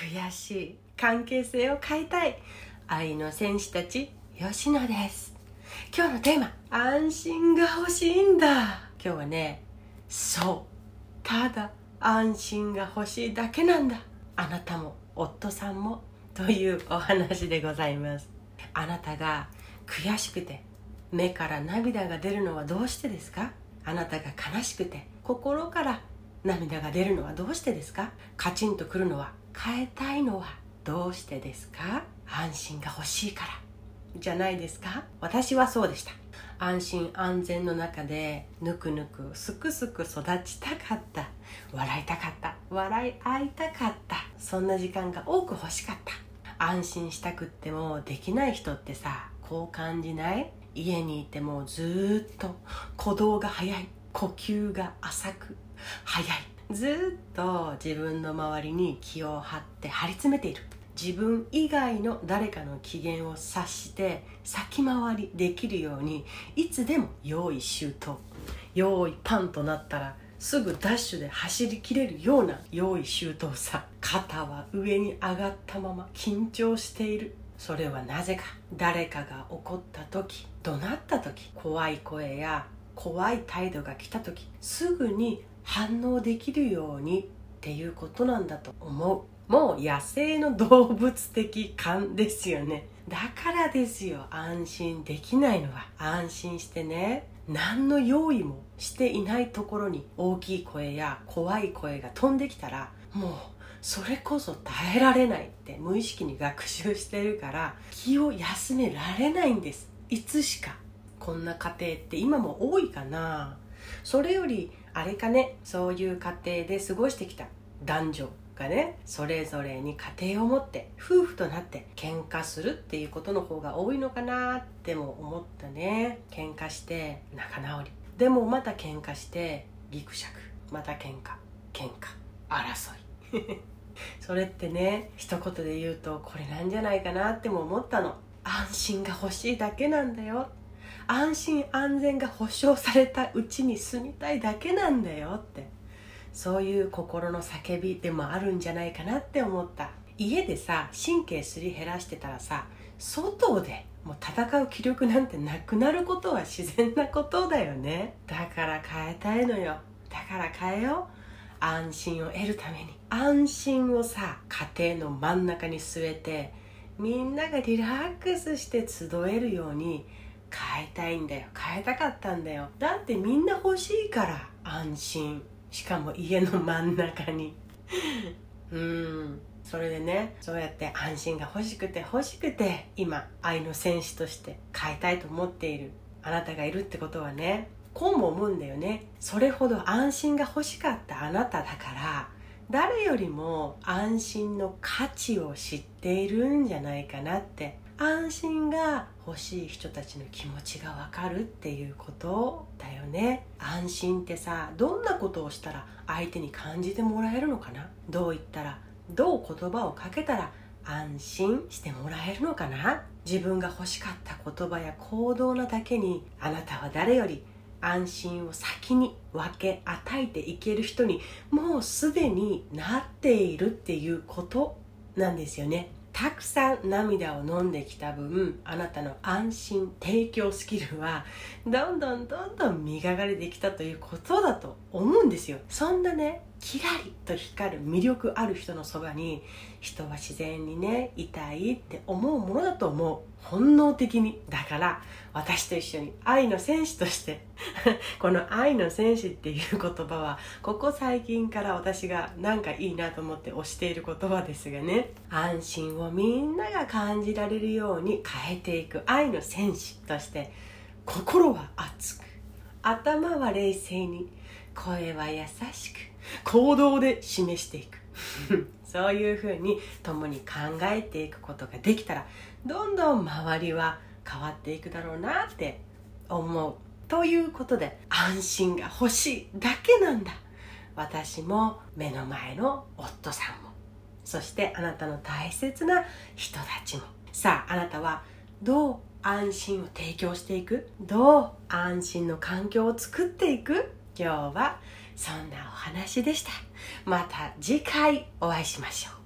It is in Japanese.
悔しい関係性を変えたい愛の戦士たち吉野です。今日のテーマ、安心が欲しいんだ。今日はね、そうただ安心が欲しいだけなんだ、あなたも夫さんもというお話でございます。あなたが悔しくて目から涙が出るのはどうしてですか？あなたが悲しくて心から涙が出るのはどうしてですか？カチンとくるのは、変えたいのはどうしてですか？安心が欲しいからじゃないですか？私はそうでした。安心安全の中でぬくぬくすくすく育ちたかった、笑いたかった、笑い合いたかった、そんな時間が多く欲しかった。安心したくってもできない人ってさ、こう感じない？家にいてもずっと鼓動が速い、呼吸が浅く速い、ずっと自分の周りに気を張って張り詰めている。自分以外の誰かの機嫌を察して先回りできるように、いつでも用意周到、用意パンとなったらすぐダッシュで走りきれるような用意周到さ。肩は上に上がったまま緊張している。それはなぜか？誰かが怒った時、怒鳴った時、怖い声や怖い態度が来た時、すぐに反応できるようにっていうことなんだと思う。もう野生の動物的勘ですよね。だからですよ、安心できないのは。安心してね、何の用意もしていないところに大きい声や怖い声が飛んできたら、もうそれこそ耐えられないって無意識に学習してるから、気を休められないんです。いつしか。こんな家庭って今も多いかな。それよりあれかね、そういう家庭で過ごしてきた男女がね、それぞれに家庭を持って夫婦となって喧嘩するっていうことの方が多いのかなっても思ったね。喧嘩して仲直り、でもまた喧嘩してギクシャク、また喧嘩争いそれってね、一言で言うとこれなんじゃないかなっても思ったの。安心が欲しいだけなんだよ、安心安全が保証されたうちに住みたいだけなんだよって、そういう心の叫びでもあるんじゃないかなって思った。家でさ、神経すり減らしてたらさ、外でもう戦う気力なんてなくなることは自然なことだよね。だから変えたいのよ。だから変えよう。安心を得るために、安心をさ、家庭の真ん中に据えて、みんながリラックスして集えるように変えたいんだよ。変えたかったんだよ。だってみんな欲しいから、安心。しかも家の真ん中にそれでね、そうやって安心が欲しくて今愛の戦士として変えたいと思っているあなたがいるってことはね、こうも思うんだよね。それほど安心が欲しかったあなただから、誰よりも安心の価値を知っているんじゃないかなって。安心が欲しい人たちの気持ちがわかるっていうことだよね。安心ってさ、どんなことをしたら相手に感じてもらえるのかな？どう言ったら、どう言葉をかけたら安心してもらえるのかな？自分が欲しかった言葉や行動なだけに、あなたは誰より安心を先に分け与えていける人にもうすでになっているっていうことなんですよね。たくさん涙を飲んできた分、あなたの安心提供スキルはどんどん磨かれてきたということだと思うんですよ。そんなね、キラリと光る魅力ある人のそばに、人は自然にね、いたいって思うものだと思う。本能的に。だから私と一緒に愛の戦士としてこの愛の戦士っていう言葉は、ここ最近から私がなんかいいなと思って推している言葉ですがね、安心をみんなが感じられるように変えていく愛の戦士として、心は熱く、頭は冷静に、声は優しく、行動で示していくそういうふうに共に考えていくことができたら、どんどん周りは変わっていくだろうなって思う。ということで、安心が欲しいだけなんだ。私も目の前の夫さんも、そしてあなたの大切な人たちも。さあ、あなたはどう安心を提供していく？どう安心の環境を作っていく？今日はそんなお話でした。また次回お会いしましょう。